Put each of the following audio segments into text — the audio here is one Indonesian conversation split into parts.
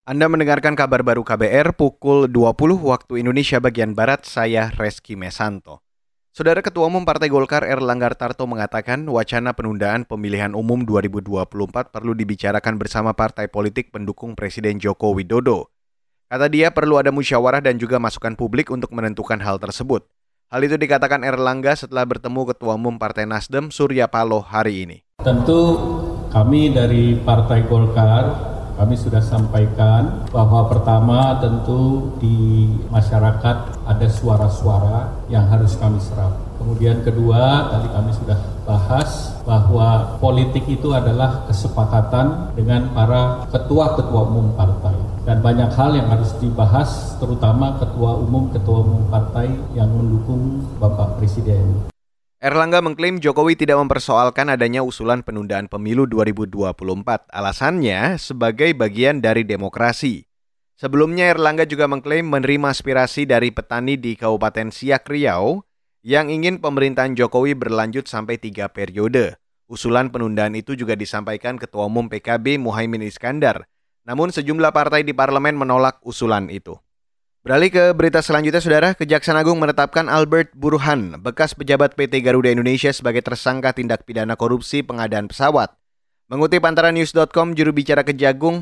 Anda mendengarkan kabar baru KBR pukul 20 waktu Indonesia bagian Barat, saya Reski Mesanto. Saudara Ketua Umum Partai Golkar Erlangga Hartarto mengatakan wacana penundaan pemilihan umum 2024 perlu dibicarakan bersama partai politik pendukung Presiden Joko Widodo. Kata dia perlu ada musyawarah dan juga masukan publik untuk menentukan hal tersebut. Hal itu dikatakan Erlangga setelah bertemu Ketua Umum Partai Nasdem Surya Paloh hari ini. Tentu kami dari Partai Golkar kami sudah sampaikan bahwa pertama tentu di masyarakat ada suara-suara yang harus kami serap. Kemudian kedua, tadi kami sudah bahas bahwa politik itu adalah kesepakatan dengan para ketua-ketua umum partai. Dan banyak hal yang harus dibahas, terutama ketua umum partai yang mendukung Bapak Presiden. Erlangga mengklaim Jokowi tidak mempersoalkan adanya usulan penundaan pemilu 2024. Alasannya sebagai bagian dari demokrasi. Sebelumnya Erlangga juga mengklaim menerima aspirasi dari petani di Kabupaten Siak Riau yang ingin pemerintahan Jokowi berlanjut sampai 3 periode. Usulan penundaan itu juga disampaikan Ketua Umum PKB Muhaimin Iskandar. Namun sejumlah partai di parlemen menolak usulan itu. Beralih ke berita selanjutnya, Saudara. Kejaksaan Agung menetapkan Albert Burhan, bekas pejabat PT Garuda Indonesia sebagai tersangka tindak pidana korupsi pengadaan pesawat. Mengutip antaranews.com, juru bicara Kejagung,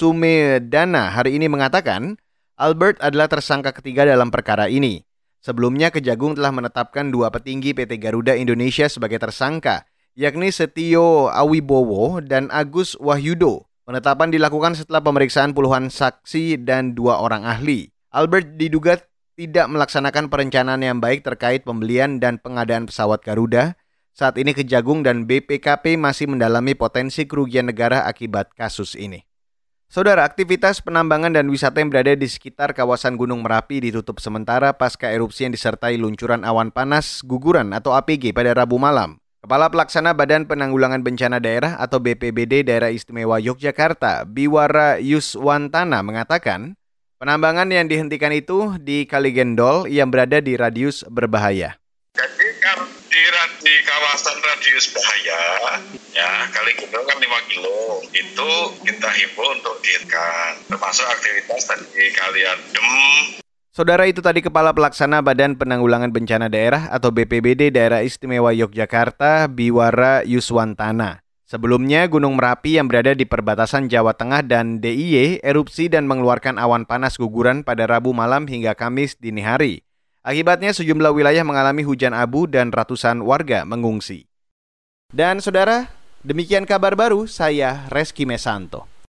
Sumedana, hari ini mengatakan Albert adalah tersangka ketiga dalam perkara ini. Sebelumnya, Kejagung telah menetapkan 2 petinggi PT Garuda Indonesia sebagai tersangka, yakni Setio Awibowo dan Agus Wahyudo. Penetapan dilakukan setelah pemeriksaan puluhan saksi dan 2 orang ahli. Albert diduga tidak melaksanakan perencanaan yang baik terkait pembelian dan pengadaan pesawat Garuda. Saat ini Kejagung dan BPKP masih mendalami potensi kerugian negara akibat kasus ini. Saudara, aktivitas penambangan dan wisata yang berada di sekitar kawasan Gunung Merapi ditutup sementara pasca erupsi yang disertai luncuran awan panas guguran atau APG pada Rabu malam. Kepala Pelaksana Badan Penanggulangan Bencana Daerah atau BPBD Daerah Istimewa Yogyakarta, Biwara Yuswantana mengatakan, penambangan yang dihentikan itu di Kali Gendol yang berada di radius berbahaya. Jadi kan di kawasan radius bahaya, ya Kali Gendol kan 5 kilo, itu kita himbau untuk dihentikan. Termasuk aktivitas tadi di Kali Adem. Saudara, itu tadi Kepala Pelaksana Badan Penanggulangan Bencana Daerah atau BPBD Daerah Istimewa Yogyakarta, Biwara Yuswantana. Sebelumnya, Gunung Merapi yang berada di perbatasan Jawa Tengah dan DIY erupsi dan mengeluarkan awan panas guguran pada Rabu malam hingga Kamis dini hari. Akibatnya sejumlah wilayah mengalami hujan abu dan ratusan warga mengungsi. Dan saudara, demikian kabar baru, saya Reski Mesanto.